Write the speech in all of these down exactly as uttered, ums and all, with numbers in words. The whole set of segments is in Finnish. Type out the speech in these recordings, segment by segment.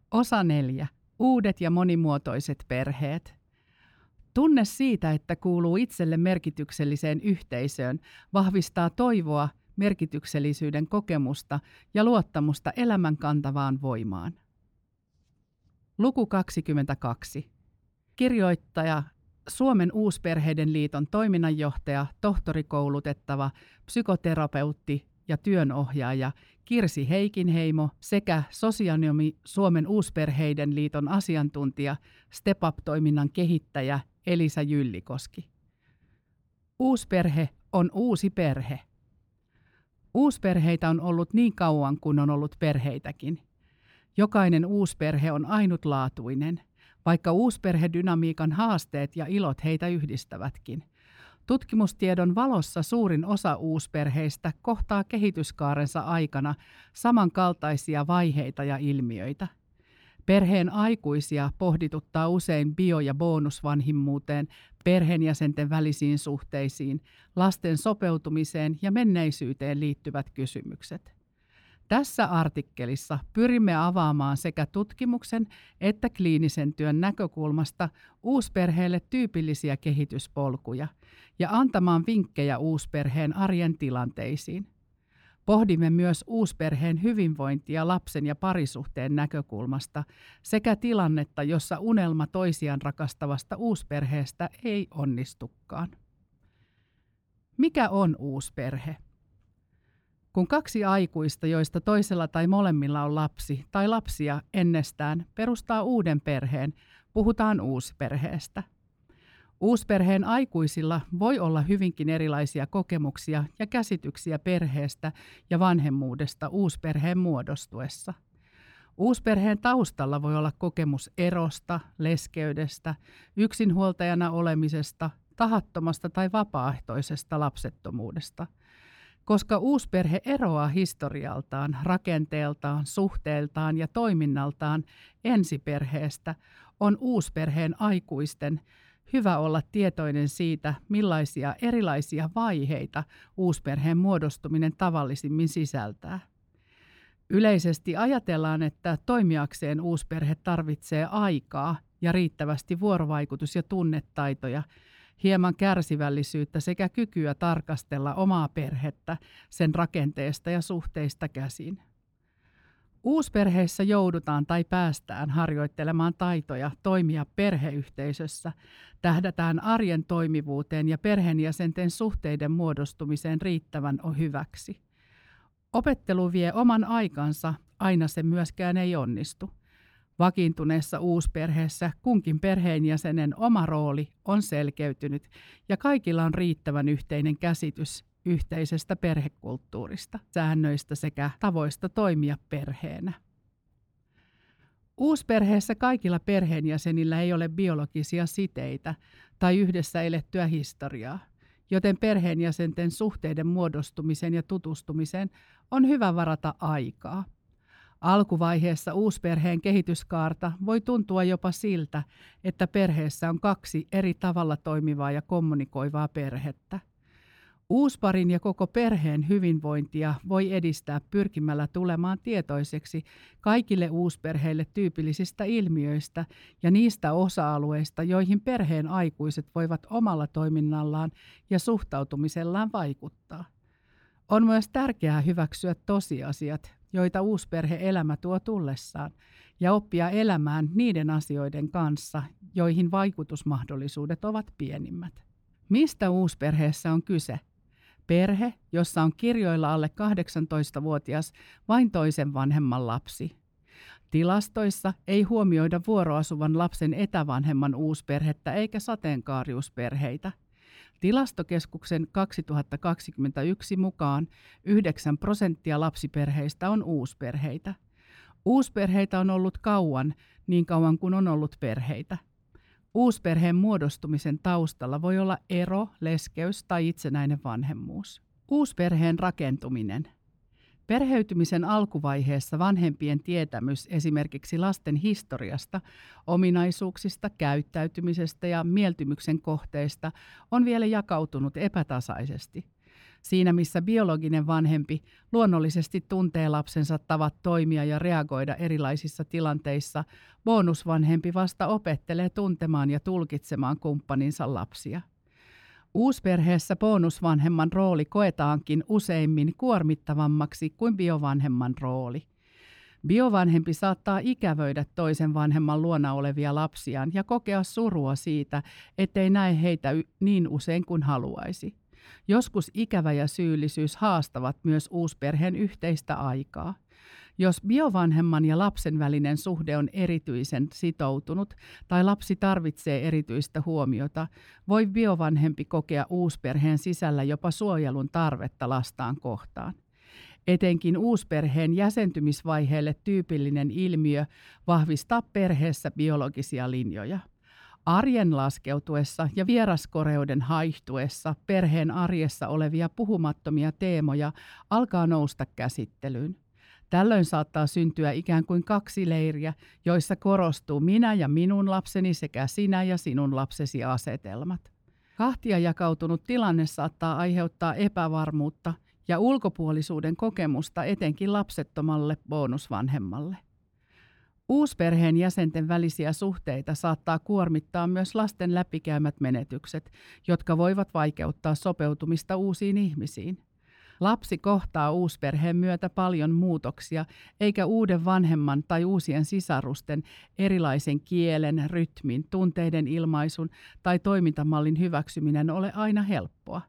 Osa neljä. Uudet ja monimuotoiset perheet. Tunne siitä, että kuuluu itselle merkitykselliseen yhteisöön, vahvistaa toivoa, merkityksellisyyden kokemusta ja luottamusta elämän kantavaan voimaan. Luku kaksikymmentäkaksi. Kirjoittaja, Suomen Uusperheiden liiton toiminnanjohtaja, tohtorikoulutettava, psykoterapeutti ja työnohjaaja Kirsi Heikinheimo sekä sosionomi Suomen Uusperheiden liiton asiantuntija, Step Up-toiminnan kehittäjä Elisa Jyllikoski. Uusperhe on uusi perhe. Uusperheitä on ollut niin kauan kuin on ollut perheitäkin. Jokainen uusperhe on ainutlaatuinen, vaikka uusperhedynamiikan haasteet ja ilot heitä yhdistävätkin. Tutkimustiedon valossa suurin osa uusperheistä kohtaa kehityskaarensa aikana samankaltaisia vaiheita ja ilmiöitä. Perheen aikuisia pohdituttaa usein bio- ja bonusvanhimmuuteen, perheenjäsenten välisiin suhteisiin, lasten sopeutumiseen ja menneisyyteen liittyvät kysymykset. Tässä artikkelissa pyrimme avaamaan sekä tutkimuksen että kliinisen työn näkökulmasta uusperheelle tyypillisiä kehityspolkuja ja antamaan vinkkejä uusperheen arjen tilanteisiin. Pohdimme myös uusperheen hyvinvointia lapsen ja parisuhteen näkökulmasta sekä tilannetta, jossa unelma toisiaan rakastavasta uusperheestä ei onnistukaan. Mikä on uusperhe? Kun kaksi aikuista, joista toisella tai molemmilla on lapsi tai lapsia ennestään, perustaa uuden perheen, puhutaan uusperheestä. Uusperheen aikuisilla voi olla hyvinkin erilaisia kokemuksia ja käsityksiä perheestä ja vanhemmuudesta uusperheen muodostuessa. Uusperheen taustalla voi olla kokemus erosta, leskeydestä, yksinhuoltajana olemisesta, tahattomasta tai vapaaehtoisesta lapsettomuudesta. Koska uusperhe eroaa historialtaan, rakenteeltaan, suhteeltaan ja toiminnaltaan ensiperheestä, on uusperheen aikuisten hyvä olla tietoinen siitä, millaisia erilaisia vaiheita uusperheen muodostuminen tavallisimmin sisältää. Yleisesti ajatellaan, että toimijakseen uusperhe tarvitsee aikaa ja riittävästi vuorovaikutus- ja tunnetaitoja, hieman kärsivällisyyttä sekä kykyä tarkastella omaa perhettä sen rakenteesta ja suhteista käsin. Uusperheessä joudutaan tai päästään harjoittelemaan taitoja toimia perheyhteisössä, tähdätään arjen toimivuuteen ja perheenjäsenten suhteiden muodostumiseen riittävän hyväksi. Opettelu vie oman aikansa, aina se myöskään ei onnistu. Vakiintuneessa uusperheessä kunkin perheenjäsenen oma rooli on selkeytynyt ja kaikilla on riittävän yhteinen käsitys yhteisestä perhekulttuurista, säännöistä sekä tavoista toimia perheenä. Uusperheessä kaikilla perheenjäsenillä ei ole biologisia siteitä tai yhdessä elettyä historiaa, joten perheenjäsenten suhteiden muodostumiseen ja tutustumiseen on hyvä varata aikaa. Alkuvaiheessa uusperheen kehityskaarta voi tuntua jopa siltä, että perheessä on kaksi eri tavalla toimivaa ja kommunikoivaa perhettä. Uusparin ja koko perheen hyvinvointia voi edistää pyrkimällä tulemaan tietoiseksi kaikille uusperheille tyypillisistä ilmiöistä ja niistä osa-alueista, joihin perheen aikuiset voivat omalla toiminnallaan ja suhtautumisellaan vaikuttaa. On myös tärkeää hyväksyä tosiasiat, joita uusperhe-elämä tuo tullessaan, ja oppia elämään niiden asioiden kanssa, joihin vaikutusmahdollisuudet ovat pienimmät. Mistä uusperheessä on kyse? Perhe, jossa on kirjoilla alle kahdeksantoistavuotias vain toisen vanhemman lapsi. Tilastoissa ei huomioida vuoroasuvan lapsen etävanhemman uusperhettä eikä sateenkaariusperheitä. Tilastokeskuksen kaksituhattakaksikymmentäyksi mukaan yhdeksän prosenttia lapsiperheistä on uusperheitä. Uusperheitä on ollut kauan, niin kauan kuin on ollut perheitä. Uusperheen muodostumisen taustalla voi olla ero, leskeys tai itsenäinen vanhemmuus. Uusperheen rakentuminen. Perheytymisen alkuvaiheessa vanhempien tietämys esimerkiksi lasten historiasta, ominaisuuksista, käyttäytymisestä ja mieltymyksen kohteista on vielä jakautunut epätasaisesti. Siinä missä biologinen vanhempi luonnollisesti tuntee lapsensa tavat toimia ja reagoida erilaisissa tilanteissa, bonusvanhempi vasta opettelee tuntemaan ja tulkitsemaan kumppaninsa lapsia. Uusperheessä bonusvanhemman rooli koetaankin useimmin kuormittavammaksi kuin biovanhemman rooli. Biovanhempi saattaa ikävöidä toisen vanhemman luona olevia lapsiaan ja kokea surua siitä, ettei näe heitä niin usein kuin haluaisi. Joskus ikävä ja syyllisyys haastavat myös uusperheen yhteistä aikaa. Jos biovanhemman ja lapsen välinen suhde on erityisen sitoutunut tai lapsi tarvitsee erityistä huomiota, voi biovanhempi kokea uusperheen sisällä jopa suojelun tarvetta lastaan kohtaan. Etenkin uusperheen jäsentymisvaiheelle tyypillinen ilmiö vahvistaa perheessä biologisia linjoja. Arjen laskeutuessa ja vieraskoreuden haihtuessa perheen arjessa olevia puhumattomia teemoja alkaa nousta käsittelyyn. Tällöin saattaa syntyä ikään kuin kaksi leiriä, joissa korostuu minä ja minun lapseni sekä sinä ja sinun lapsesi asetelmat. Kahtia jakautunut tilanne saattaa aiheuttaa epävarmuutta ja ulkopuolisuuden kokemusta etenkin lapsettomalle bonusvanhemmalle. Uusperheen jäsenten välisiä suhteita saattaa kuormittaa myös lasten läpikäymät menetykset, jotka voivat vaikeuttaa sopeutumista uusiin ihmisiin. Lapsi kohtaa uusperheen myötä paljon muutoksia, eikä uuden vanhemman tai uusien sisarusten erilaisen kielen, rytmin, tunteiden ilmaisun tai toimintamallin hyväksyminen ole aina helppoa.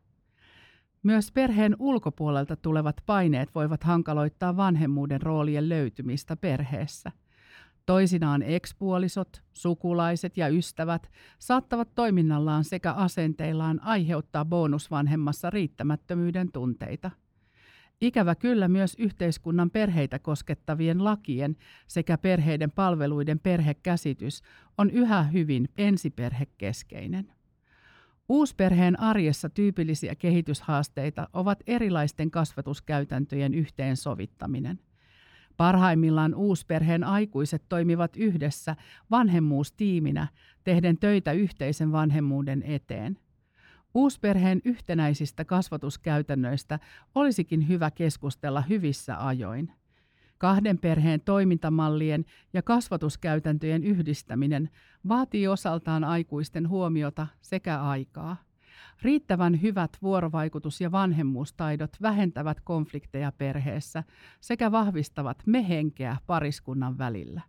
Myös perheen ulkopuolelta tulevat paineet voivat hankaloittaa vanhemmuuden roolien löytymistä perheessä. Toisinaan ekspuolisot, sukulaiset ja ystävät saattavat toiminnallaan sekä asenteillaan aiheuttaa bonusvanhemmassa riittämättömyyden tunteita. Ikävä kyllä myös yhteiskunnan perheitä koskettavien lakien sekä perheiden palveluiden perhekäsitys on yhä hyvin ensiperhekeskeinen. Uusperheen arjessa tyypillisiä kehityshaasteita ovat erilaisten kasvatuskäytäntöjen yhteensovittaminen. Parhaimmillaan uusperheen aikuiset toimivat yhdessä vanhemmuustiiminä tehden töitä yhteisen vanhemmuuden eteen. Uusperheen yhtenäisistä kasvatuskäytännöistä olisikin hyvä keskustella hyvissä ajoin. Kahden perheen toimintamallien ja kasvatuskäytäntöjen yhdistäminen vaatii osaltaan aikuisten huomiota sekä aikaa. Riittävän hyvät vuorovaikutus- ja vanhemmuustaidot vähentävät konflikteja perheessä sekä vahvistavat me-henkeä pariskunnan välillä.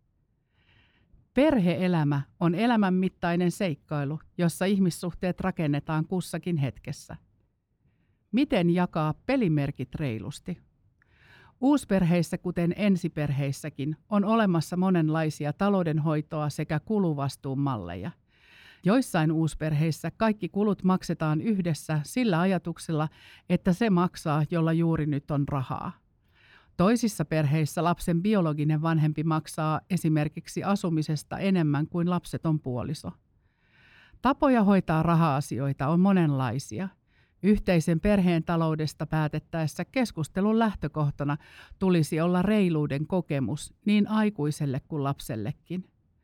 Perhe-elämä on elämänmittainen seikkailu, jossa ihmissuhteet rakennetaan kussakin hetkessä. Miten jakaa pelimerkit reilusti? Uusperheissä, kuten ensiperheissäkin, on olemassa monenlaisia taloudenhoitoa sekä kuluvastuun malleja. Joissain uusperheissä kaikki kulut maksetaan yhdessä sillä ajatuksella, että se maksaa, jolla juuri nyt on rahaa. Toisissa perheissä lapsen biologinen vanhempi maksaa esimerkiksi asumisesta enemmän kuin lapseton puoliso. Tapoja hoitaa raha-asioita on monenlaisia. Yhteisen perheen taloudesta päätettäessä keskustelun lähtökohtana tulisi olla reiluuden kokemus niin aikuiselle kuin lapsellekin.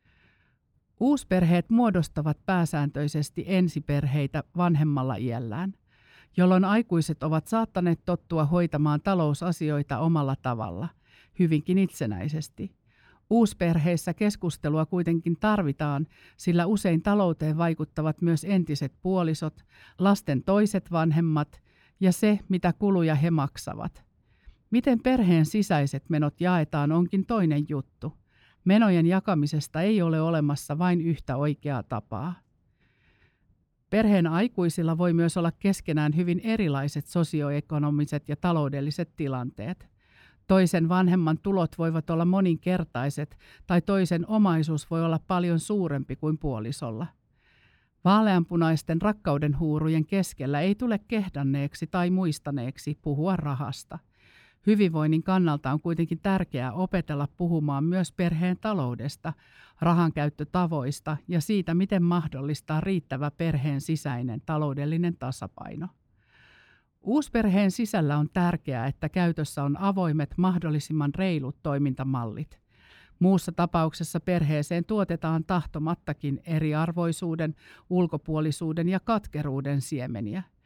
Uusperheet muodostavat pääsääntöisesti ensiperheitä vanhemmalla iällään, jolloin aikuiset ovat saattaneet tottua hoitamaan talousasioita omalla tavalla, hyvinkin itsenäisesti. Uusperheissä keskustelua kuitenkin tarvitaan, sillä usein talouteen vaikuttavat myös entiset puolisot, lasten toiset vanhemmat ja se, mitä kuluja he maksavat. Miten perheen sisäiset menot jaetaan onkin toinen juttu. Menojen jakamisesta ei ole olemassa vain yhtä oikeaa tapaa. Perheen aikuisilla voi myös olla keskenään hyvin erilaiset sosioekonomiset ja taloudelliset tilanteet. Toisen vanhemman tulot voivat olla moninkertaiset tai toisen omaisuus voi olla paljon suurempi kuin puolisolla. Vaaleanpunaisten rakkaudenhuurujen keskellä ei tule kehdanneeksi tai muistaneeksi puhua rahasta. Hyvinvoinnin kannalta on kuitenkin tärkeää opetella puhumaan myös perheen taloudesta, rahankäyttötavoista ja siitä, miten mahdollistaa riittävä perheen sisäinen taloudellinen tasapaino. Uusperheen sisällä on tärkeää, että käytössä on avoimet, mahdollisimman reilut toimintamallit. Muussa tapauksessa perheeseen tuotetaan tahtomattakin eriarvoisuuden, ulkopuolisuuden ja katkeruuden siemeniä.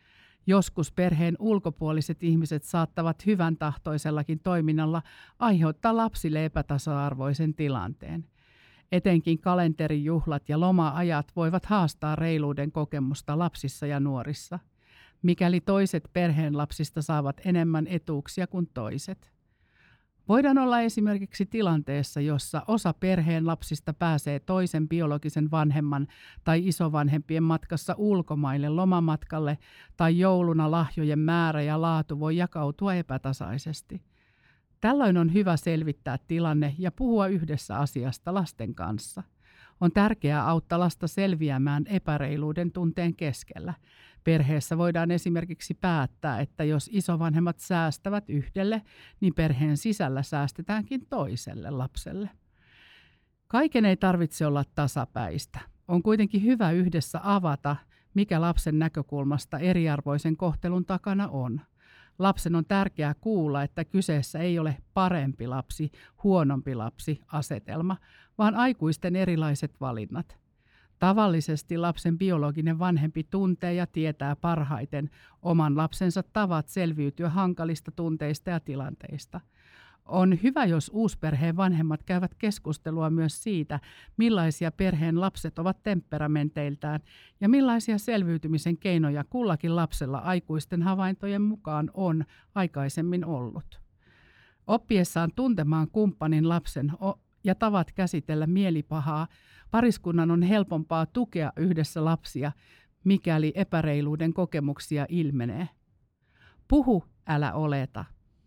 Joskus perheen ulkopuoliset ihmiset saattavat hyvän tahtoisellakin toiminnalla aiheuttaa lapsille epätasa-arvoisen tilanteen. Etenkin kalenterijuhlat ja loma-ajat voivat haastaa reiluuden kokemusta lapsissa ja nuorissa, mikäli toiset perheen lapsista saavat enemmän etuuksia kuin toiset. Voidaan olla esimerkiksi tilanteessa, jossa osa perheen lapsista pääsee toisen biologisen vanhemman tai isovanhempien matkassa ulkomaille lomamatkalle, tai jouluna lahjojen määrä ja laatu voi jakautua epätasaisesti. Tällöin on hyvä selvittää tilanne ja puhua yhdessä asiasta lasten kanssa. On tärkeää auttaa lasta selviämään epäreiluuden tunteen keskellä. Perheessä voidaan esimerkiksi päättää, että jos isovanhemmat säästävät yhdelle, niin perheen sisällä säästetäänkin toiselle lapselle. Kaiken ei tarvitse olla tasapäistä. On kuitenkin hyvä yhdessä avata, mikä lapsen näkökulmasta eriarvoisen kohtelun takana on. Lapsen on tärkeää kuulla, että kyseessä ei ole parempi lapsi, huonompi lapsi asetelma, vaan aikuisten erilaiset valinnat. Tavallisesti lapsen biologinen vanhempi tuntee ja tietää parhaiten oman lapsensa tavat selviytyä hankalista tunteista ja tilanteista. On hyvä, jos uusperheen vanhemmat käyvät keskustelua myös siitä, millaisia perheen lapset ovat temperamenteiltään ja millaisia selviytymisen keinoja kullakin lapsella aikuisten havaintojen mukaan on aikaisemmin ollut. Oppiessaan tuntemaan kumppanin lapsen ja tavat käsitellä mielipahaa, pariskunnan on helpompaa tukea yhdessä lapsia, mikäli epäreiluuden kokemuksia ilmenee. Puhu, älä oleta.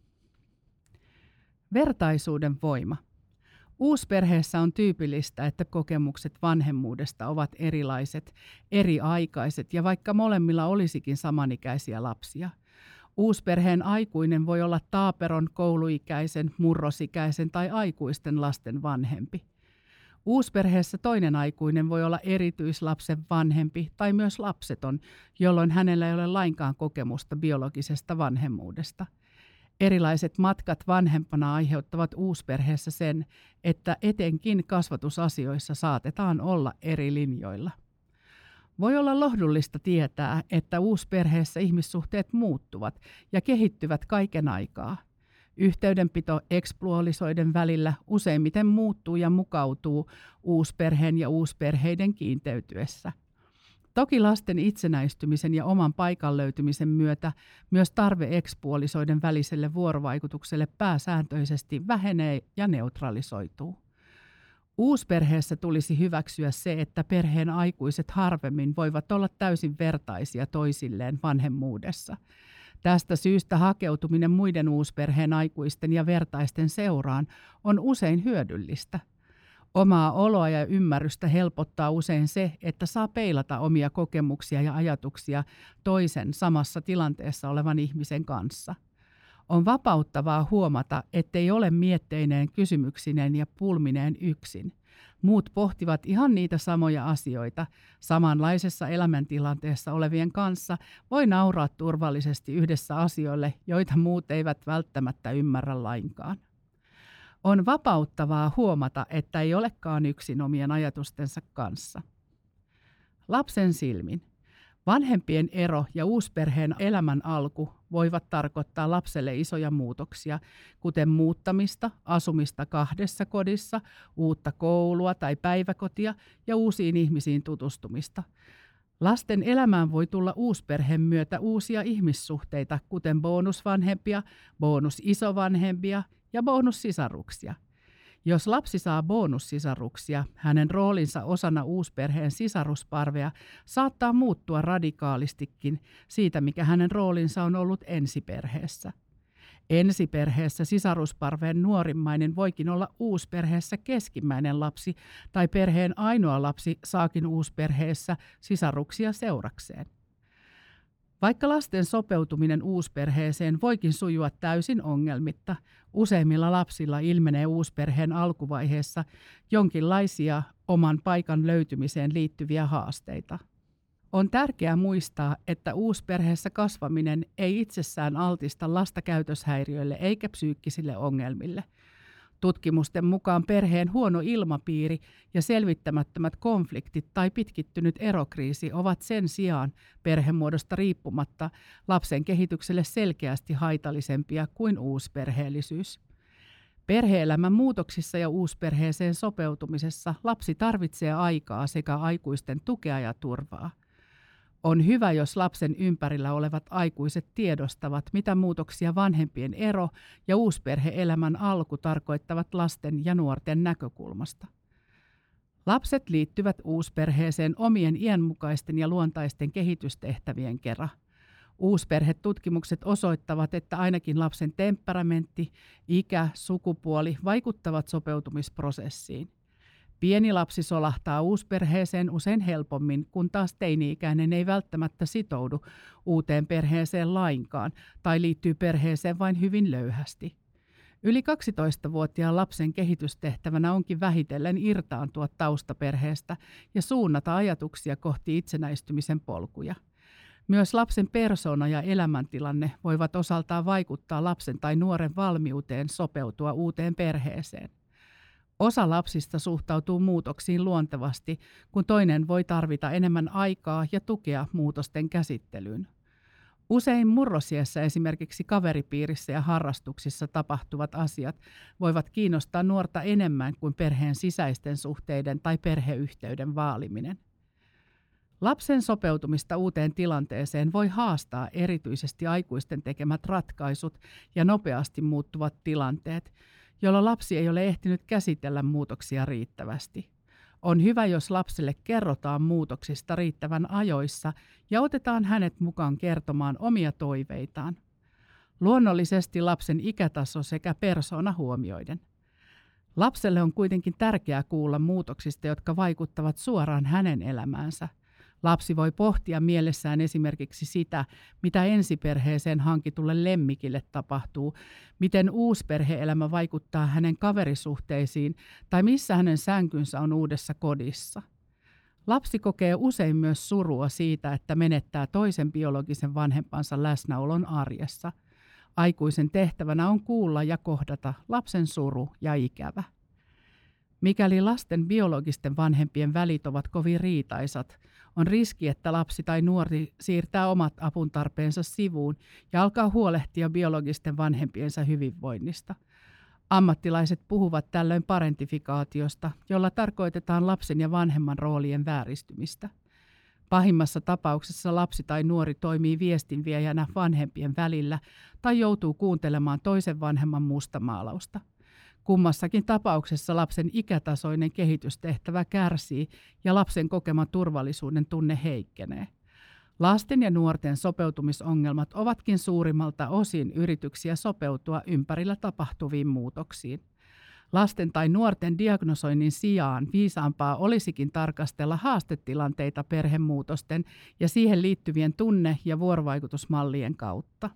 Vertaisuuden voima. Uusperheessä on tyypillistä, että kokemukset vanhemmuudesta ovat erilaiset, eri-aikaiset ja vaikka molemmilla olisikin samanikäisiä lapsia. Uusperheen aikuinen voi olla taaperon, kouluikäisen, murrosikäisen tai aikuisten lasten vanhempi. Uusperheessä toinen aikuinen voi olla erityislapsen vanhempi tai myös lapseton, jolloin hänellä ei ole lainkaan kokemusta biologisesta vanhemmuudesta. Erilaiset matkat vanhempana aiheuttavat uusperheessä sen, että etenkin kasvatusasioissa saatetaan olla eri linjoilla. Voi olla lohdullista tietää, että uusperheessä ihmissuhteet muuttuvat ja kehittyvät kaiken aikaa. Yhteydenpito ekspuolisoiden välillä useimmiten muuttuu ja mukautuu uusperheen ja uusperheiden kiinteytyessä. Toki lasten itsenäistymisen ja oman paikan löytymisen myötä myös tarve ekspuolisoiden väliselle vuorovaikutukselle pääsääntöisesti vähenee ja neutralisoituu. Uusperheessä tulisi hyväksyä se, että perheen aikuiset harvemmin voivat olla täysin vertaisia toisilleen vanhemmuudessa. Tästä syystä hakeutuminen muiden uusperheen aikuisten ja vertaisten seuraan on usein hyödyllistä. Omaa oloa ja ymmärrystä helpottaa usein se, että saa peilata omia kokemuksia ja ajatuksia toisen samassa tilanteessa olevan ihmisen kanssa. On vapauttavaa huomata, ettei ole mietteineen, kysymyksineen ja pulmineen yksin. Muut pohtivat ihan niitä samoja asioita. Samanlaisessa elämäntilanteessa olevien kanssa voi nauraa turvallisesti yhdessä asioille, joita muut eivät välttämättä ymmärrä lainkaan. On vapauttavaa huomata, että ei olekaan yksin omien ajatustensa kanssa. Lapsen silmin. Vanhempien ero ja uusperheen elämän alku voivat tarkoittaa lapselle isoja muutoksia, kuten muuttamista, asumista kahdessa kodissa, uutta koulua tai päiväkotia ja uusiin ihmisiin tutustumista. Lasten elämään voi tulla uusperheen myötä uusia ihmissuhteita, kuten bonusvanhempia, bonusisovanhempia ja bonussisaruksia. Jos lapsi saa bonussisaruksia, hänen roolinsa osana uusperheen sisarusparvea saattaa muuttua radikaalistikin siitä, mikä hänen roolinsa on ollut ensiperheessä. Ensiperheessä sisarusparveen nuorimmainen voikin olla uusperheessä keskimmäinen lapsi tai perheen ainoa lapsi saakin uusperheessä sisaruksia seurakseen. Vaikka lasten sopeutuminen uusperheeseen voikin sujua täysin ongelmitta, useimmilla lapsilla ilmenee uusperheen alkuvaiheessa jonkinlaisia oman paikan löytymiseen liittyviä haasteita. On tärkeää muistaa, että uusperheessä kasvaminen ei itsessään altista lasta käytöshäiriöille eikä psyykkisille ongelmille. Tutkimusten mukaan perheen huono ilmapiiri ja selvittämättömät konfliktit tai pitkittynyt erokriisi ovat sen sijaan perhemuodosta riippumatta lapsen kehitykselle selkeästi haitallisempia kuin uusperheellisyys. Perhe-elämän muutoksissa ja uusperheeseen sopeutumisessa lapsi tarvitsee aikaa sekä aikuisten tukea ja turvaa. On hyvä, jos lapsen ympärillä olevat aikuiset tiedostavat, mitä muutoksia vanhempien ero ja uusperhe-elämän alku tarkoittavat lasten ja nuorten näkökulmasta. Lapset liittyvät uusperheeseen omien iänmukaisten ja luontaisten kehitystehtävien kerran. Uusperhetutkimukset osoittavat, että ainakin lapsen temperamentti, ikä, sukupuoli vaikuttavat sopeutumisprosessiin. Pieni lapsi solahtaa uusperheeseen usein helpommin, kun taas teini-ikäinen ei välttämättä sitoudu uuteen perheeseen lainkaan tai liittyy perheeseen vain hyvin löyhästi. Yli kaksitoistavuotiaan lapsen kehitystehtävänä onkin vähitellen irtaantua taustaperheestä ja suunnata ajatuksia kohti itsenäistymisen polkuja. Myös lapsen persoona ja elämäntilanne voivat osaltaan vaikuttaa lapsen tai nuoren valmiuteen sopeutua uuteen perheeseen. Osa lapsista suhtautuu muutoksiin luontevasti, kun toinen voi tarvita enemmän aikaa ja tukea muutosten käsittelyyn. Usein murrosiässä esimerkiksi kaveripiirissä ja harrastuksissa tapahtuvat asiat voivat kiinnostaa nuorta enemmän kuin perheen sisäisten suhteiden tai perheyhteyden vaaliminen. Lapsen sopeutumista uuteen tilanteeseen voi haastaa erityisesti aikuisten tekemät ratkaisut ja nopeasti muuttuvat tilanteet, jolloin lapsi ei ole ehtinyt käsitellä muutoksia riittävästi. On hyvä, jos lapselle kerrotaan muutoksista riittävän ajoissa ja otetaan hänet mukaan kertomaan omia toiveitaan. Luonnollisesti lapsen ikätaso sekä persoona huomioiden. Lapselle on kuitenkin tärkeää kuulla muutoksista, jotka vaikuttavat suoraan hänen elämäänsä. Lapsi voi pohtia mielessään esimerkiksi sitä, mitä ensiperheeseen hankitulle lemmikille tapahtuu, miten uusperhe-elämä vaikuttaa hänen kaverisuhteisiin tai missä hänen sänkynsä on uudessa kodissa. Lapsi kokee usein myös surua siitä, että menettää toisen biologisen vanhempansa läsnäolon arjessa. Aikuisen tehtävänä on kuulla ja kohdata lapsen suru ja ikävä. Mikäli lasten biologisten vanhempien välit ovat kovin riitaisat, on riski, että lapsi tai nuori siirtää omat apuntarpeensa sivuun ja alkaa huolehtia biologisten vanhempiensa hyvinvoinnista. Ammattilaiset puhuvat tällöin parentifikaatiosta, jolla tarkoitetaan lapsen ja vanhemman roolien vääristymistä. Pahimmassa tapauksessa lapsi tai nuori toimii viestinviejänä vanhempien välillä tai joutuu kuuntelemaan toisen vanhemman mustamaalausta. Kummassakin tapauksessa lapsen ikätasoinen kehitystehtävä kärsii ja lapsen kokema turvallisuuden tunne heikkenee. Lasten ja nuorten sopeutumisongelmat ovatkin suurimmalta osin yrityksiä sopeutua ympärillä tapahtuviin muutoksiin. Lasten tai nuorten diagnosoinnin sijaan viisaampaa olisikin tarkastella haastetilanteita perhemuutosten ja siihen liittyvien tunne- ja vuorovaikutusmallien kautta.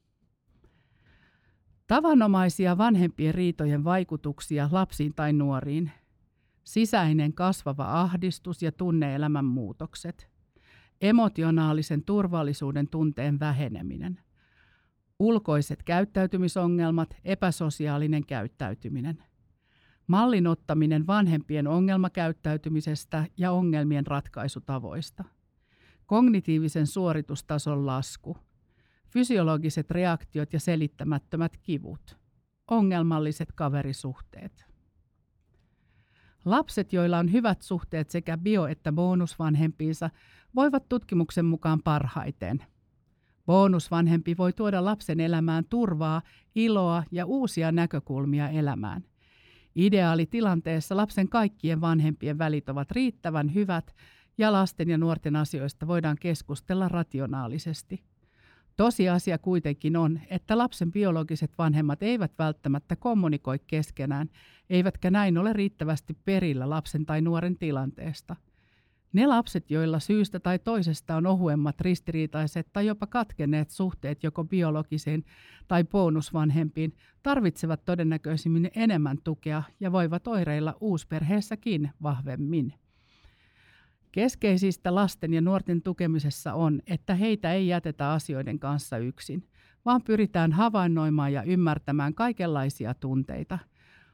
Tavanomaisia vanhempien riitojen vaikutuksia lapsiin tai nuoriin. Sisäinen kasvava ahdistus ja tunne-elämän muutokset. Emotionaalisen turvallisuuden tunteen väheneminen. Ulkoiset käyttäytymisongelmat, epäsosiaalinen käyttäytyminen. Mallin ottaminen vanhempien ongelmakäyttäytymisestä ja ongelmien ratkaisutavoista. Kognitiivisen suoritustason lasku. Fysiologiset reaktiot ja selittämättömät kivut. Ongelmalliset kaverisuhteet. Lapset, joilla on hyvät suhteet sekä bio- että bonusvanhempiinsa, voivat tutkimuksen mukaan parhaiten. Bonusvanhempi voi tuoda lapsen elämään turvaa, iloa ja uusia näkökulmia elämään. Ideaalitilanteessa lapsen kaikkien vanhempien välit ovat riittävän hyvät ja lasten ja nuorten asioista voidaan keskustella rationaalisesti. Tosiasia kuitenkin on, että lapsen biologiset vanhemmat eivät välttämättä kommunikoi keskenään, eivätkä näin ole riittävästi perillä lapsen tai nuoren tilanteesta. Ne lapset, joilla syystä tai toisesta on ohuemmat, ristiriitaiset tai jopa katkenneet suhteet joko biologiseen tai bonusvanhempiin, tarvitsevat todennäköisimmin enemmän tukea ja voivat oireilla uusperheessäkin vahvemmin. Keskeisistä lasten ja nuorten tukemisessa on, että heitä ei jätetä asioiden kanssa yksin, vaan pyritään havainnoimaan ja ymmärtämään kaikenlaisia tunteita.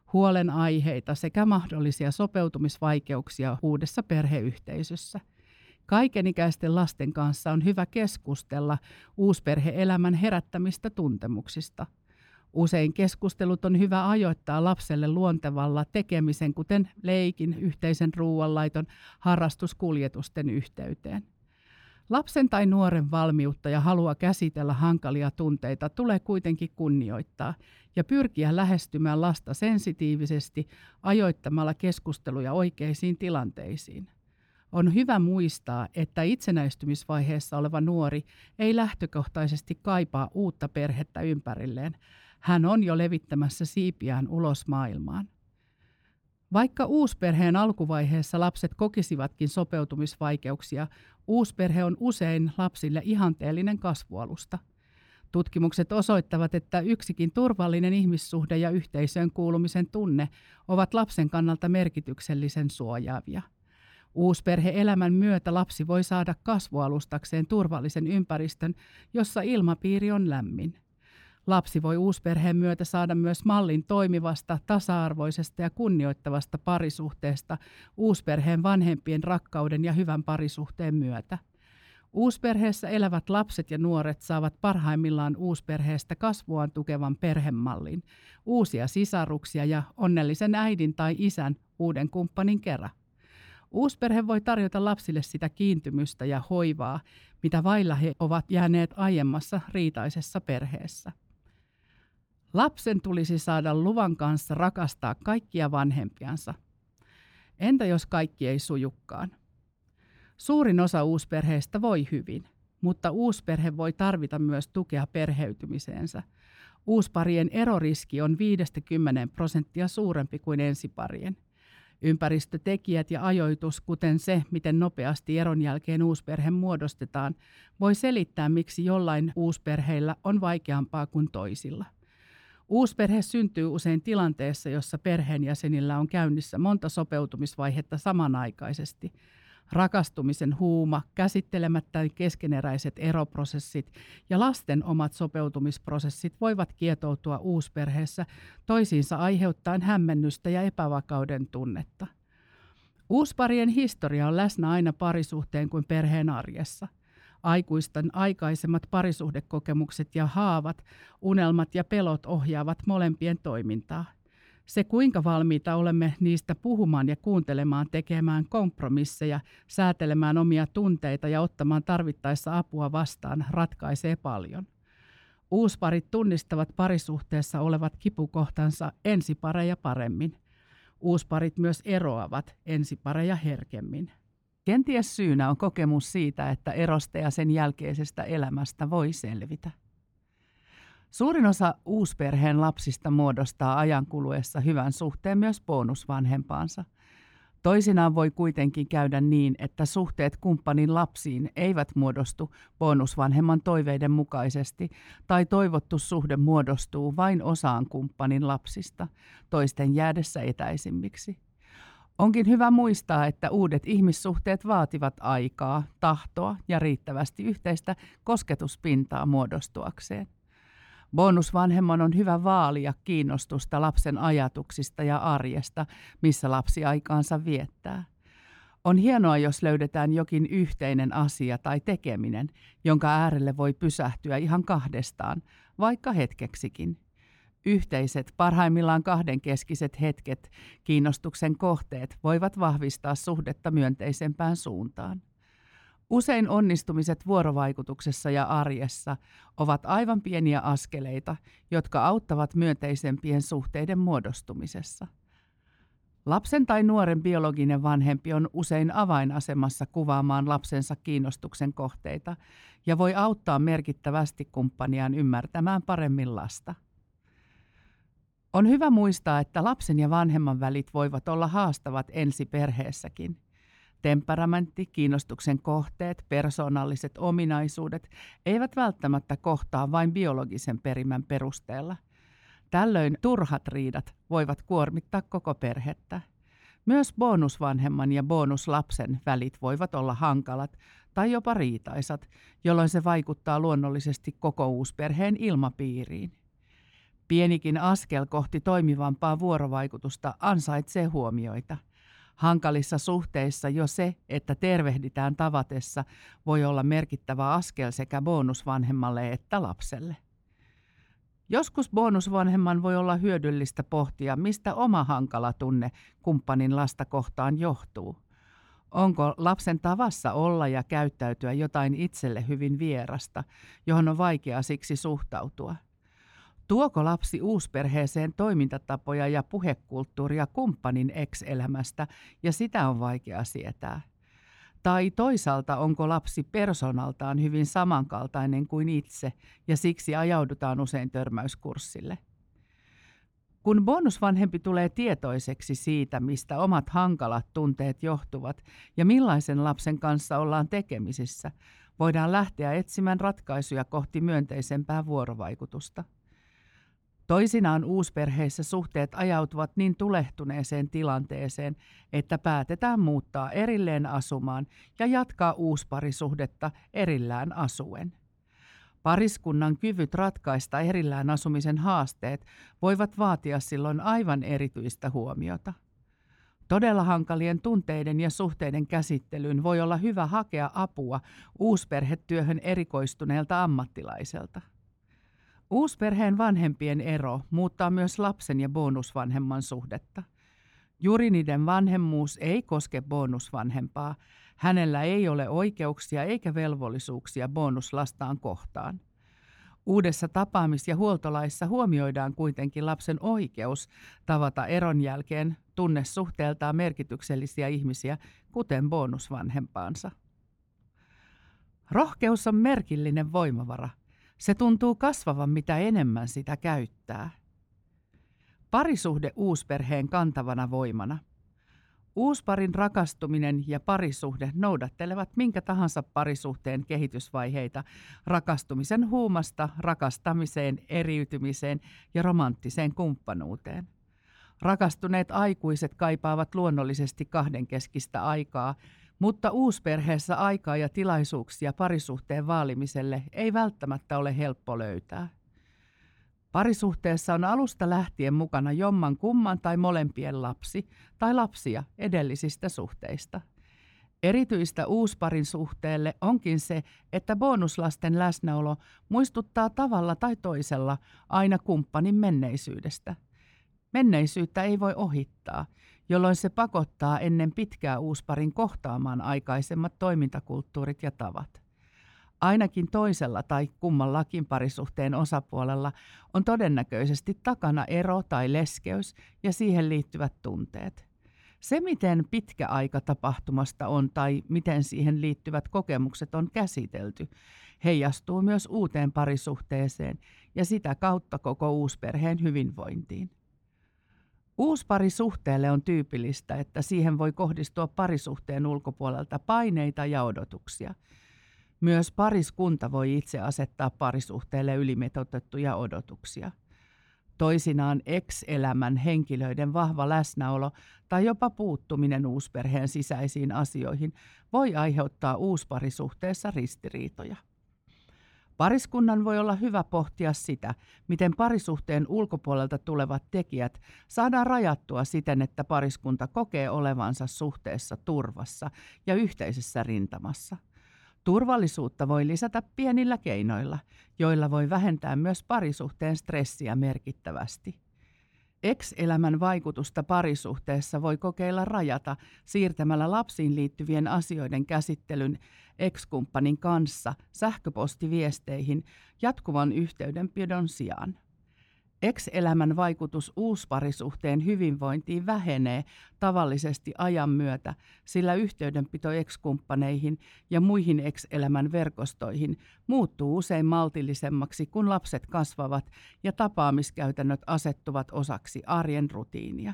huolenaiheita sekä mahdollisia sopeutumisvaikeuksia uudessa perheyhteisössä. Kaikenikäisten lasten kanssa on hyvä keskustella uusperhe-elämän herättämistä tuntemuksista. Usein keskustelut on hyvä ajoittaa lapselle luontevalla tekemisen, kuten leikin, yhteisen ruoanlaiton, harrastuskuljetusten yhteyteen. Lapsen tai nuoren valmiutta ja halua käsitellä hankalia tunteita tulee kuitenkin kunnioittaa ja pyrkiä lähestymään lasta sensitiivisesti ajoittamalla keskusteluja oikeisiin tilanteisiin. On hyvä muistaa, että itsenäistymisvaiheessa oleva nuori ei lähtökohtaisesti kaipaa uutta perhettä ympärilleen. Hän on jo levittämässä siipiään ulos maailmaan. Vaikka uusperheen alkuvaiheessa lapset kokisivatkin sopeutumisvaikeuksia, uusperhe on usein lapsille ihanteellinen kasvualusta. Tutkimukset osoittavat, että yksikin turvallinen ihmissuhde ja yhteisöön kuulumisen tunne ovat lapsen kannalta merkityksellisen suojaavia. Uusperhe-elämän myötä lapsi voi saada kasvualustakseen turvallisen ympäristön, jossa ilmapiiri on lämmin. Lapsi voi uusperheen myötä saada myös mallin toimivasta, tasa-arvoisesta ja kunnioittavasta parisuhteesta uusperheen vanhempien rakkauden ja hyvän parisuhteen myötä. Uusperheessä elävät lapset ja nuoret saavat parhaimmillaan uusperheestä kasvuaan tukevan perhemallin, uusia sisaruksia ja onnellisen äidin tai isän uuden kumppanin kera. Uusperhe voi tarjota lapsille sitä kiintymystä ja hoivaa, mitä vailla he ovat jääneet aiemmassa riitaisessa perheessä. Lapsen tulisi saada luvan kanssa rakastaa kaikkia vanhempiansa. Entä jos kaikki ei sujukkaan? Suurin osa uusperheistä voi hyvin, mutta uusperhe voi tarvita myös tukea perheytymiseensä. Uusparien eroriski on viidestä kymmeneen prosenttia suurempi kuin ensiparien. Ympäristötekijät ja ajoitus, kuten se, miten nopeasti eron jälkeen uusperhe muodostetaan, voi selittää, miksi jollain uusperheillä on vaikeampaa kuin toisilla. Uusperhe syntyy usein tilanteessa, jossa perheenjäsenillä on käynnissä monta sopeutumisvaihetta samanaikaisesti. Rakastumisen huuma, käsittelemättä keskeneräiset eroprosessit ja lasten omat sopeutumisprosessit voivat kietoutua uusperheessä toisiinsa aiheuttaen hämmennystä ja epävakauden tunnetta. Uusparien historia on läsnä aina parisuhteen kuin perheen arjessa. Aikuisten aikaisemmat parisuhdekokemukset ja haavat, unelmat ja pelot ohjaavat molempien toimintaa. Se, kuinka valmiita olemme niistä puhumaan ja kuuntelemaan, tekemään kompromisseja, säätelemään omia tunteita ja ottamaan tarvittaessa apua vastaan, ratkaisee paljon. Uusparit tunnistavat parisuhteessa olevat kipukohtansa ensipareja paremmin. Uusparit myös eroavat ensipareja herkemmin. Kenties syynä on kokemus siitä, että erosta ja sen jälkeisestä elämästä voi selvitä. Suurin osa uusperheen lapsista muodostaa ajan kuluessa hyvän suhteen myös bonusvanhempaansa. Toisinaan voi kuitenkin käydä niin, että suhteet kumppanin lapsiin eivät muodostu bonusvanhemman toiveiden mukaisesti tai toivottu suhde muodostuu vain osaan kumppanin lapsista, toisten jäädessä etäisimmiksi. Onkin hyvä muistaa, että uudet ihmissuhteet vaativat aikaa, tahtoa ja riittävästi yhteistä kosketuspintaa muodostuakseen. Bonusvanhemman on hyvä vaalia kiinnostusta lapsen ajatuksista ja arjesta, missä lapsi aikaansa viettää. On hienoa, jos löydetään jokin yhteinen asia tai tekeminen, jonka äärelle voi pysähtyä ihan kahdestaan, vaikka hetkeksikin. Yhteiset, parhaimmillaan kahdenkeskiset hetket, kiinnostuksen kohteet voivat vahvistaa suhdetta myönteisempään suuntaan. Usein onnistumiset vuorovaikutuksessa ja arjessa ovat aivan pieniä askeleita, jotka auttavat myönteisempien suhteiden muodostumisessa. Lapsen tai nuoren biologinen vanhempi on usein avainasemassa kuvaamaan lapsensa kiinnostuksen kohteita ja voi auttaa merkittävästi kumppaniaan ymmärtämään paremmin lasta. On hyvä muistaa, että lapsen ja vanhemman välit voivat olla haastavat ensi perheessäkin. Temperamentti, kiinnostuksen kohteet, persoonalliset ominaisuudet eivät välttämättä kohtaa vain biologisen perimän perusteella. Tällöin turhat riidat voivat kuormittaa koko perhettä. Myös bonusvanhemman ja bonuslapsen välit voivat olla hankalat tai jopa riitaisat, jolloin se vaikuttaa luonnollisesti koko uusperheen ilmapiiriin. Pienikin askel kohti toimivampaa vuorovaikutusta ansaitsee huomioita. Hankalissa suhteissa jo se, että tervehditään tavatessa, voi olla merkittävä askel sekä bonusvanhemmalle että lapselle. Joskus bonusvanhemman voi olla hyödyllistä pohtia, mistä oma hankala tunne kumppanin lasta kohtaan johtuu. Onko lapsen tavassa olla ja käyttäytyä jotain itselle hyvin vierasta, johon on vaikea siksi suhtautua? Tuoko lapsi uusperheeseen toimintatapoja ja puhekulttuuria kumppanin ex-elämästä ja sitä on vaikea sietää? Tai toisaalta onko lapsi persoonaltaan hyvin samankaltainen kuin itse ja siksi ajaudutaan usein törmäyskurssille? Kun bonusvanhempi tulee tietoiseksi siitä, mistä omat hankalat tunteet johtuvat ja millaisen lapsen kanssa ollaan tekemisissä, voidaan lähteä etsimään ratkaisuja kohti myönteisempää vuorovaikutusta. Toisinaan uusperheissä suhteet ajautuvat niin tulehtuneeseen tilanteeseen, että päätetään muuttaa erilleen asumaan ja jatkaa uusparisuhdetta erillään asuen. Pariskunnan kyvyt ratkaista erillään asumisen haasteet voivat vaatia silloin aivan erityistä huomiota. Todella hankalien tunteiden ja suhteiden käsittelyyn voi olla hyvä hakea apua uusperhetyöhön erikoistuneelta ammattilaiselta. Uusperheen vanhempien ero muuttaa myös lapsen ja bonusvanhemman suhdetta. Juridinen vanhemmuus ei koske bonusvanhempaa. Hänellä ei ole oikeuksia eikä velvollisuuksia bonuslastaan kohtaan. Uudessa tapaamis- ja huoltolaissa huomioidaan kuitenkin lapsen oikeus tavata eron jälkeen tunnesuhteeltaan merkityksellisiä ihmisiä, kuten bonusvanhempaansa. Rohkeus on merkillinen voimavara. Se tuntuu kasvavan mitä enemmän sitä käyttää. Parisuhde uusperheen kantavana voimana. Uusparin rakastuminen ja parisuhde noudattelevat minkä tahansa parisuhteen kehitysvaiheita rakastumisen huumasta rakastamiseen, eriytymiseen ja romanttiseen kumppanuuteen. Rakastuneet aikuiset kaipaavat luonnollisesti kahdenkeskistä aikaa, mutta uusperheessä aikaa ja tilaisuuksia parisuhteen vaalimiselle ei välttämättä ole helppo löytää. Parisuhteessa on alusta lähtien mukana jomman kumman tai molempien lapsi tai lapsia edellisistä suhteista. Erityistä uusparin suhteelle onkin se, että bonuslasten läsnäolo muistuttaa tavalla tai toisella aina kumppanin menneisyydestä. Menneisyyttä ei voi ohittaa, jolloin se pakottaa ennen pitkää uusparin kohtaamaan aikaisemmat toimintakulttuurit ja tavat. Ainakin toisella tai kummallakin parisuhteen osapuolella on todennäköisesti takana ero tai leskeys ja siihen liittyvät tunteet. Se, miten pitkä aika tapahtumasta on tai miten siihen liittyvät kokemukset on käsitelty, heijastuu myös uuteen parisuhteeseen ja sitä kautta koko uusperheen hyvinvointiin. Uusparisuhteelle on tyypillistä, että siihen voi kohdistua parisuhteen ulkopuolelta paineita ja odotuksia. Myös pariskunta voi itse asettaa parisuhteelle ylimitoitettuja odotuksia. Toisinaan ex-elämän henkilöiden vahva läsnäolo tai jopa puuttuminen uusperheen sisäisiin asioihin voi aiheuttaa uusparisuhteessa ristiriitoja. Pariskunnan voi olla hyvä pohtia sitä, miten parisuhteen ulkopuolelta tulevat tekijät saadaan rajattua siten, että pariskunta kokee olevansa suhteessa turvassa ja yhteisessä rintamassa. Turvallisuutta voi lisätä pienillä keinoilla, joilla voi vähentää myös parisuhteen stressiä merkittävästi. Ex-elämän vaikutusta parisuhteessa voi kokeilla rajata siirtämällä lapsiin liittyvien asioiden käsittelyn ex-kumppanin kanssa sähköpostiviesteihin jatkuvan yhteydenpidon sijaan. Ex-elämän vaikutus uusparisuhteen hyvinvointiin vähenee tavallisesti ajan myötä, sillä yhteydenpito ex-kumppaneihin ja muihin ex-elämän verkostoihin muuttuu usein maltillisemmaksi, kun lapset kasvavat ja tapaamiskäytännöt asettuvat osaksi arjen rutiinia.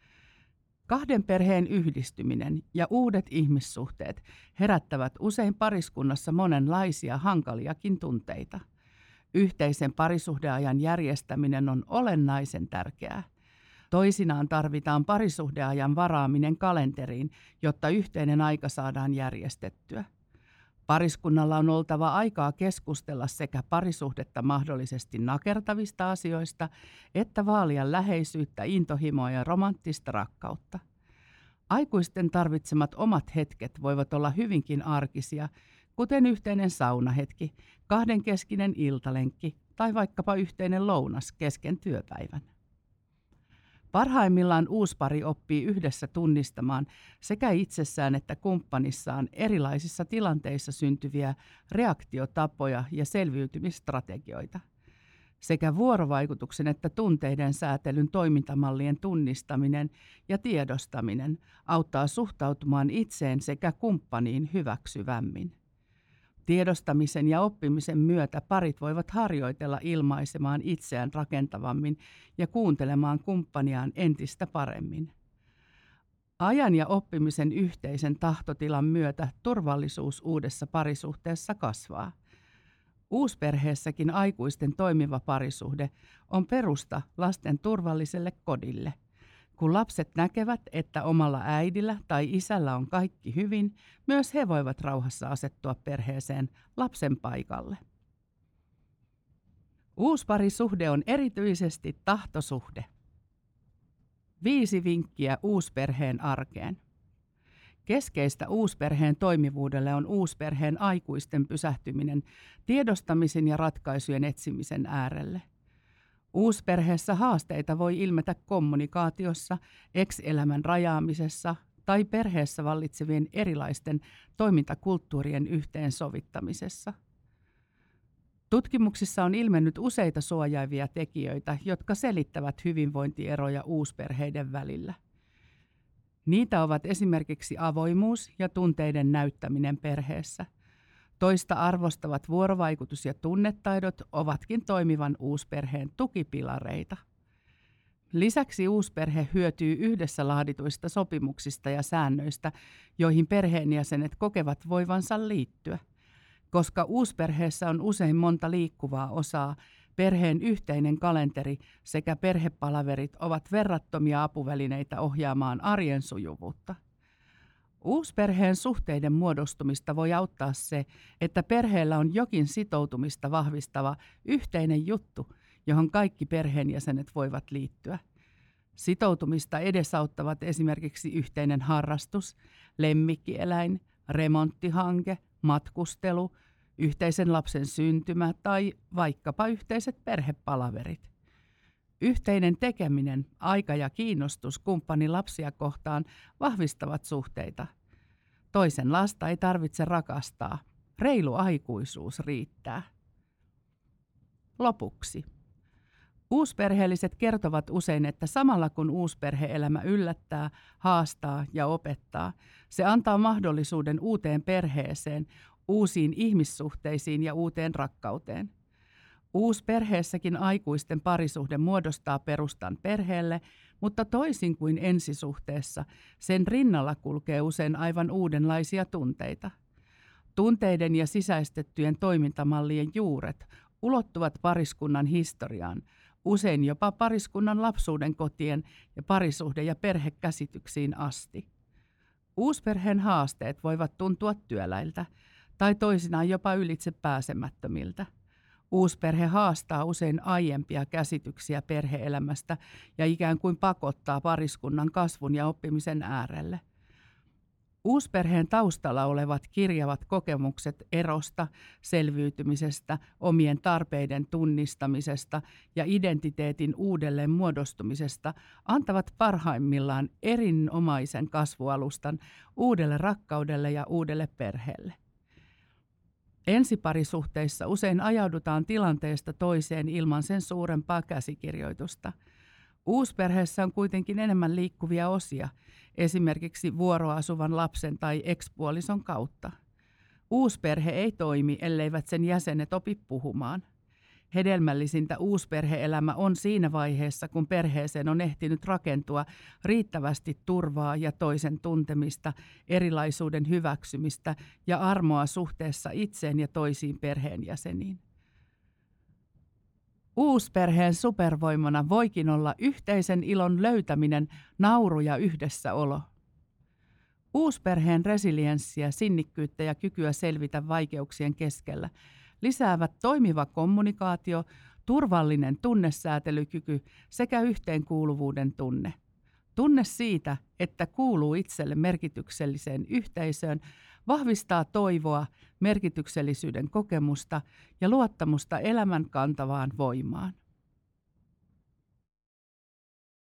Kahden perheen yhdistyminen ja uudet ihmissuhteet herättävät usein pariskunnassa monenlaisia hankaliakin tunteita. Yhteisen parisuhdeajan järjestäminen on olennaisen tärkeää. Toisinaan tarvitaan parisuhdeajan varaaminen kalenteriin, jotta yhteinen aika saadaan järjestettyä. Pariskunnalla on oltava aikaa keskustella sekä parisuhdetta mahdollisesti nakertavista asioista, että vaalia läheisyyttä, intohimoa ja romanttista rakkautta. Aikuisten tarvitsemat omat hetket voivat olla hyvinkin arkisia, kuten yhteinen saunahetki, kahdenkeskinen iltalenkki tai vaikkapa yhteinen lounas kesken työpäivän. Parhaimmillaan uuspari oppii yhdessä tunnistamaan sekä itsessään että kumppanissaan erilaisissa tilanteissa syntyviä reaktiotapoja ja selviytymisstrategioita. Sekä vuorovaikutuksen että tunteiden säätelyn toimintamallien tunnistaminen ja tiedostaminen auttaa suhtautumaan itseen sekä kumppaniin hyväksyvämmin. Tiedostamisen ja oppimisen myötä parit voivat harjoitella ilmaisemaan itseään rakentavammin ja kuuntelemaan kumppaniaan entistä paremmin. Ajan ja oppimisen yhteisen tahtotilan myötä turvallisuus uudessa parisuhteessa kasvaa. Uusperheessäkin aikuisten toimiva parisuhde on perusta lasten turvalliselle kodille. Kun lapset näkevät, että omalla äidillä tai isällä on kaikki hyvin, myös he voivat rauhassa asettua perheeseen lapsen paikalle. Uusparisuhde on erityisesti tahtosuhde. Viisi vinkkiä uusperheen arkeen. Keskeistä uusperheen toimivuudelle on uusperheen aikuisten pysähtyminen tiedostamisen ja ratkaisujen etsimisen äärelle. Uusperheessä haasteita voi ilmetä kommunikaatiossa, ex-elämän rajaamisessa tai perheessä vallitsevien erilaisten toimintakulttuurien yhteensovittamisessa. Tutkimuksissa on ilmennyt useita suojaavia tekijöitä, jotka selittävät hyvinvointieroja uusperheiden välillä. Niitä ovat esimerkiksi avoimuus ja tunteiden näyttäminen perheessä. Toista arvostavat vuorovaikutus- ja tunnetaidot ovatkin toimivan uusperheen tukipilareita. Lisäksi uusperhe hyötyy yhdessä laadituista sopimuksista ja säännöistä, joihin perheenjäsenet kokevat voivansa liittyä. Koska uusperheessä on usein monta liikkuvaa osaa, perheen yhteinen kalenteri sekä perhepalaverit ovat verrattomia apuvälineitä ohjaamaan arjen sujuvuutta. Uusperheen suhteiden muodostumista voi auttaa se, että perheellä on jokin sitoutumista vahvistava yhteinen juttu, johon kaikki perheenjäsenet voivat liittyä. Sitoutumista edesauttavat esimerkiksi yhteinen harrastus, lemmikkieläin, remonttihanke, matkustelu, yhteisen lapsen syntymä tai vaikkapa yhteiset perhepalaverit. Yhteinen tekeminen, aika ja kiinnostus kumppanin lapsia kohtaan vahvistavat suhteita. Toisen lasta ei tarvitse rakastaa. Reilu aikuisuus riittää. Lopuksi. Uusperheelliset kertovat usein, että samalla kun uusperhe-elämä yllättää, haastaa ja opettaa, se antaa mahdollisuuden uuteen perheeseen, uusiin ihmissuhteisiin ja uuteen rakkauteen. Uusperheessäkin aikuisten parisuhde muodostaa perustan perheelle, mutta toisin kuin ensisuhteessa, sen rinnalla kulkee usein aivan uudenlaisia tunteita. Tunteiden ja sisäistettyjen toimintamallien juuret ulottuvat pariskunnan historiaan, usein jopa pariskunnan lapsuuden kotien ja parisuhde- ja perhekäsityksiin asti. Uusperheen haasteet voivat tuntua työläiltä tai toisinaan jopa ylitse pääsemättömiltä. Uusperhe haastaa usein aiempia käsityksiä perhe-elämästä ja ikään kuin pakottaa pariskunnan kasvun ja oppimisen äärelle. Uusperheen taustalla olevat kirjavat kokemukset erosta, selviytymisestä, omien tarpeiden tunnistamisesta ja identiteetin uudelleen muodostumisesta antavat parhaimmillaan erinomaisen kasvualustan uudelle rakkaudelle ja uudelle perheelle. Ensiparisuhteissa usein ajaudutaan tilanteesta toiseen ilman sen suurempaa käsikirjoitusta. Uusperheessä on kuitenkin enemmän liikkuvia osia, esimerkiksi vuoroasuvan lapsen tai ekspuolison kautta. Uusperhe ei toimi, elleivät sen jäsenet opi puhumaan. Hedelmällisintä uusperhe-elämä on siinä vaiheessa, kun perheeseen on ehtinyt rakentua riittävästi turvaa ja toisen tuntemista, erilaisuuden hyväksymistä ja armoa suhteessa itseen ja toisiin perheenjäseniin. Uusperheen supervoimana voikin olla yhteisen ilon löytäminen, nauru ja yhdessäolo. Uusperheen resilienssiä, sinnikkyyttä ja kykyä selvitä vaikeuksien keskellä lisäävät toimiva kommunikaatio, turvallinen tunnesäätelykyky sekä yhteenkuuluvuuden tunne. Tunne siitä, että kuuluu itselle merkitykselliseen yhteisöön, vahvistaa toivoa, merkityksellisyyden kokemusta ja luottamusta elämän kantavaan voimaan.